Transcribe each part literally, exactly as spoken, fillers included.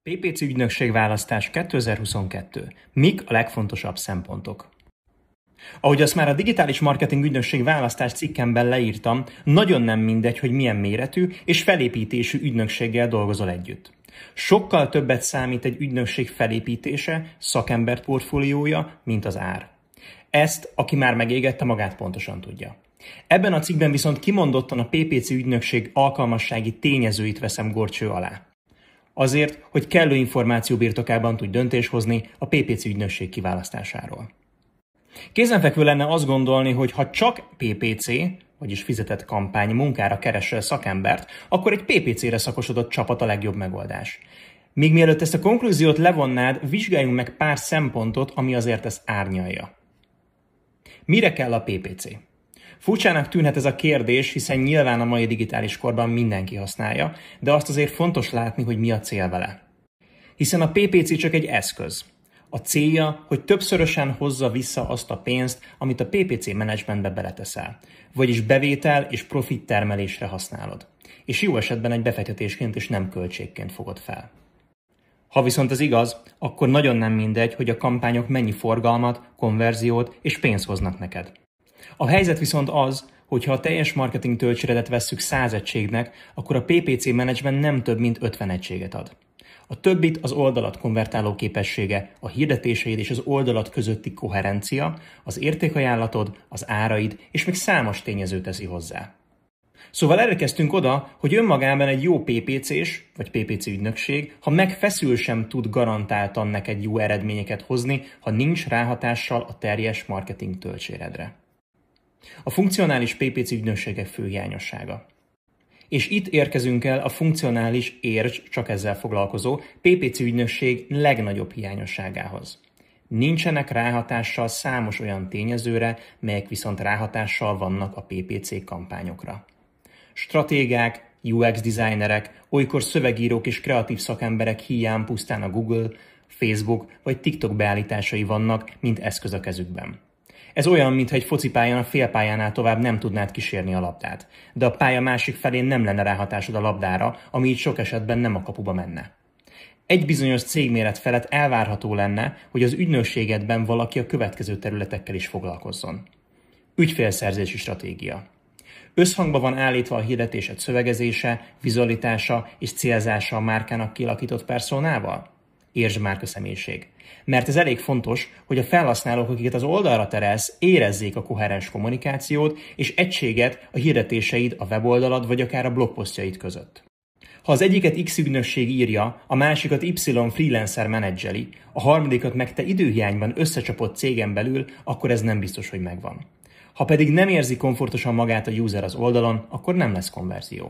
pé pé cé ügynökség választás kétezer-huszonkettő. Mik a legfontosabb szempontok? Ahogy azt már a digitális marketing ügynökség választás cikkemben leírtam, nagyon nem mindegy, hogy milyen méretű és felépítésű ügynökséggel dolgozol együtt. Sokkal többet számít egy ügynökség felépítése, szakember portfóliója, mint az ár. Ezt, aki már megégette, magát pontosan tudja. Ebben a cikkben viszont kimondottan a pé pé cé ügynökség alkalmassági tényezőit veszem górcső alá. Azért, hogy kellő információ birtokában tudj döntést hozni a pé pé cé ügynökség kiválasztásáról. Kézenfekvő lenne azt gondolni, hogy ha csak pé pé cé, vagyis fizetett kampány munkára keresel szakembert, akkor egy pé pé cére szakosodott csapat a legjobb megoldás. Még mielőtt ezt a konklúziót levonnád, vizsgáljunk meg pár szempontot, ami azért ezt árnyalja. Mire kell a pé pé cé? Furcsának tűnhet ez a kérdés, hiszen nyilván a mai digitális korban mindenki használja, de azt azért fontos látni, hogy mi a cél vele. Hiszen a pé pé cé csak egy eszköz. A célja, hogy többszörösen hozza vissza azt a pénzt, amit a pé pé cé menedzsmentbe beleteszel, vagyis bevétel és profit termelésre használod. És jó esetben egy befektetésként és nem költségként fogod fel. Ha viszont ez igaz, akkor nagyon nem mindegy, hogy a kampányok mennyi forgalmat, konverziót és pénzt hoznak neked. A helyzet viszont az, hogy ha a teljes marketing töltséredet vesszük száz egységnek, akkor a pé pé cé menedzsment nem több mint ötven egységet ad. A többit az oldalat konvertáló képessége, a hirdetéseid és az oldalat közötti koherencia, az értékajánlatod, az áraid és még számos tényező teszi hozzá. Szóval erre kezdtünk oda, hogy önmagában egy jó pé pé cés vagy pé pé cé ügynökség, ha megfeszül sem tud garantáltan neked jó eredményeket hozni, ha nincs ráhatással a teljes marketing töltséredre. A funkcionális pé pé cé ügynökségek fő hiányossága. És itt érkezünk el a funkcionális, értsd, csak ezzel foglalkozó pé pé cé ügynökség legnagyobb hiányosságához. Nincsenek ráhatással számos olyan tényezőre, melyek viszont ráhatással vannak a pé pé cé kampányokra. Stratégák, u iksz designerek, olykor szövegírók és kreatív szakemberek hiány pusztán a Google, Facebook vagy TikTok beállításai vannak, mint eszköz a kezükben. Ez olyan, mintha egy focipályán a félpályánál tovább nem tudnád kísérni a labdát, de a pálya másik felén nem lenne ráhatásod a labdára, ami így sok esetben nem a kapuba menne. Egy bizonyos cégméret felett elvárható lenne, hogy az ügynökségedben valaki a következő területekkel is foglalkozzon. Ügyfélszerzési stratégia. Összhangban van állítva a hirdetésed szövegezése, vizualitása és célzása a márkának kialakított personával? Értsd márkaszemélyiség. Mert ez elég fontos, hogy a felhasználók, akiket az oldalra terelsz, érezzék a koherens kommunikációt és egységet a hirdetéseid, a weboldalad vagy akár a blogposztjaid között. Ha az egyiket X ügynökség írja, a másikat Y freelancer menedzseli, a harmadikat meg te időhiányban összecsapott cégen belül, akkor ez nem biztos, hogy megvan. Ha pedig nem érzi komfortosan magát a user az oldalon, akkor nem lesz konverzió.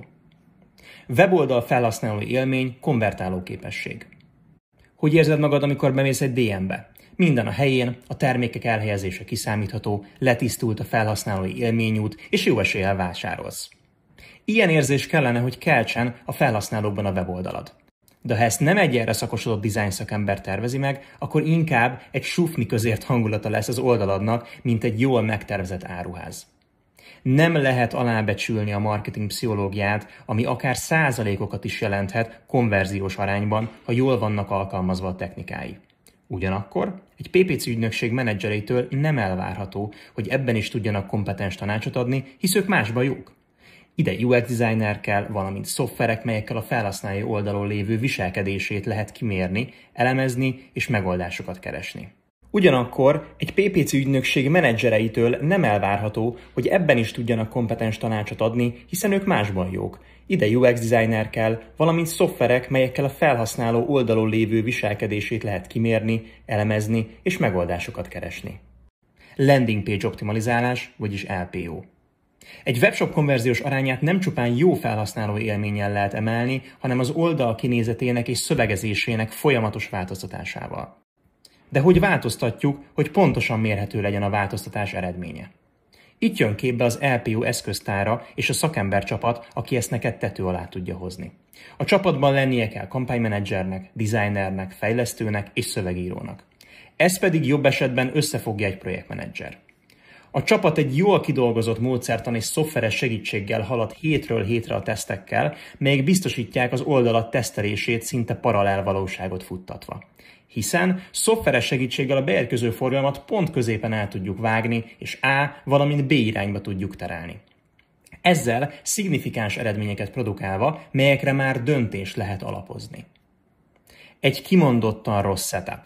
Weboldal felhasználói élmény, konvertáló képesség. Hogy érzed magad, amikor bemész egy dé em-be? Minden a helyén, a termékek elhelyezése kiszámítható, letisztult a felhasználói élményút, és jó eséllyel vásárolsz. Ilyen érzés kellene, hogy keltsen a felhasználókban a weboldalad. De ha ezt nem egy erre szakosodott design szakember tervezi meg, akkor inkább egy sufni közért hangulata lesz az oldaladnak, mint egy jól megtervezett áruház. Nem lehet alábecsülni a marketing pszichológiát, ami akár százalékokat is jelenthet konverziós arányban, ha jól vannak alkalmazva a technikái. Ugyanakkor egy pé pé cé ügynökség menedzsereitől nem elvárható, hogy ebben is tudjanak kompetens tanácsot adni, hisz ők másban jók. Ide u iksz designer kell, valamint szoftverek, melyekkel a felhasználói oldalon lévő viselkedését lehet kimérni, elemezni és megoldásokat keresni. Ugyanakkor egy pé pé cé ügynökség menedzsereitől nem elvárható, hogy ebben is tudjanak kompetens tanácsot adni, hiszen ők másban jók. Ide u iksz designer kell, valamint szoftverek, melyekkel a felhasználó oldalon lévő viselkedését lehet kimérni, elemezni és megoldásokat keresni. Landing page optimalizálás, vagyis el pé o. Egy webshop konverziós arányát nem csupán jó felhasználó élménnyel lehet emelni, hanem az oldal kinézetének és szövegezésének folyamatos változtatásával. De hogy változtatjuk, hogy pontosan mérhető legyen a változtatás eredménye? Itt jön képbe az el pé o eszköztára és a szakembercsapat, aki ezt neked tető alá tudja hozni. A csapatban lennie kell kampánymenedzsernek, designernek, fejlesztőnek és szövegírónak. Ez pedig jobb esetben összefogja egy projektmenedzser. A csapat egy jól kidolgozott módszertan és szoftveres segítséggel halad hétről hétre a tesztekkel, melyek biztosítják az oldalat tesztelését szinte paralel valóságot futtatva. Hiszen szoftveres segítséggel a beérkező forgalmat pont középen el tudjuk vágni, és A, valamint B irányba tudjuk terelni. Ezzel szignifikáns eredményeket produkálva, melyekre már döntést lehet alapozni. Egy kimondottan rossz setup.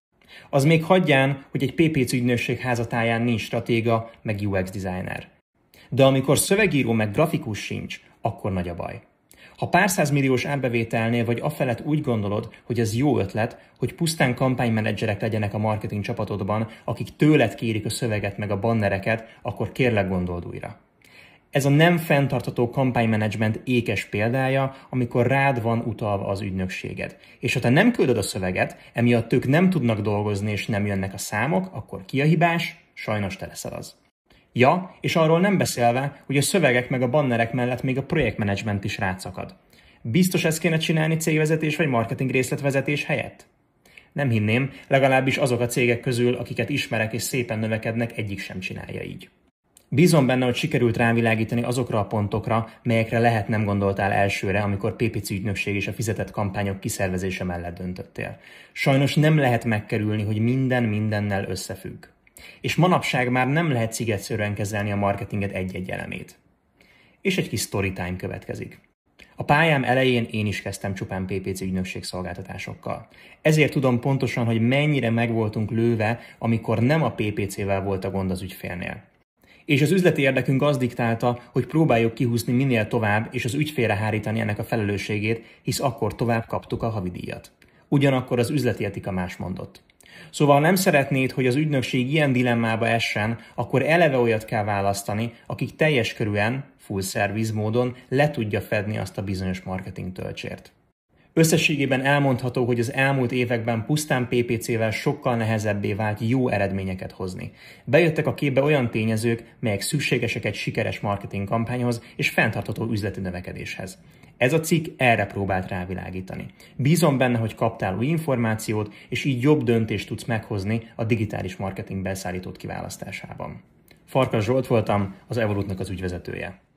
Az még hagyján, hogy egy pé pé cé ügynökség házatáján nincs stratéga, meg u iksz designer. De amikor szövegíró meg grafikus sincs, akkor nagy a baj. Ha pár százmilliós árbevételnél vagy afelett úgy gondolod, hogy ez jó ötlet, hogy pusztán kampánymenedzserek legyenek a marketing csapatodban, akik tőled kérik a szöveget meg a bannereket, akkor kérlek gondold újra. Ez a nem fenntartható kampánymenedzsment ékes példája, amikor rád van utalva az ügynökséged. És ha te nem küldöd a szöveget, emiatt ők nem tudnak dolgozni és nem jönnek a számok, akkor ki a hibás? Sajnos te leszel az. Ja, és arról nem beszélve, hogy a szövegek meg a bannerek mellett még a projektmenedzsment is rátszakad. Biztos ezt kéne csinálni cégvezetés vagy marketing részletvezetés helyett? Nem hinném, legalábbis azok a cégek közül, akiket ismerek és szépen növekednek, egyik sem csinálja így. Bízom benne, hogy sikerült rávilágítani azokra a pontokra, melyekre lehet nem gondoltál elsőre, amikor pé pé cé ügynökség és a fizetett kampányok kiszervezése mellett döntöttél. Sajnos nem lehet megkerülni, hogy minden mindennel összefügg. És manapság már nem lehet szigetszerűen kezelni a marketinget egy-egy elemét. És egy kis storytime következik. A pályám elején én is kezdtem csupán pé pé cé ügynökség szolgáltatásokkal. Ezért tudom pontosan, hogy mennyire meg voltunk lőve, amikor nem a pé pé cével volt a gond az ügyfélnél. És az üzleti érdekünk az diktálta, hogy próbáljuk kihúzni minél tovább, és az ügyfélre hárítani ennek a felelősségét, hisz akkor tovább kaptuk a havidíjat. Ugyanakkor az üzleti etika más mondott. Szóval nem szeretnéd, hogy az ügynökség ilyen dilemmába essen, akkor eleve olyat kell választani, akik teljes körűen, full service módon le tudja fedni azt a bizonyos marketing töltsért. Összességében elmondható, hogy az elmúlt években pusztán pé pé cével sokkal nehezebbé vált jó eredményeket hozni. Bejöttek a képbe olyan tényezők, melyek szükségesek egy sikeres marketing kampányhoz és fenntartható üzleti növekedéshez. Ez a cikk erre próbált rávilágítani. Bízom benne, hogy kaptál új információt, és így jobb döntést tudsz meghozni a digitális marketing beszállítót kiválasztásában. Farkas Zsolt voltam, az Evolutnak az ügyvezetője.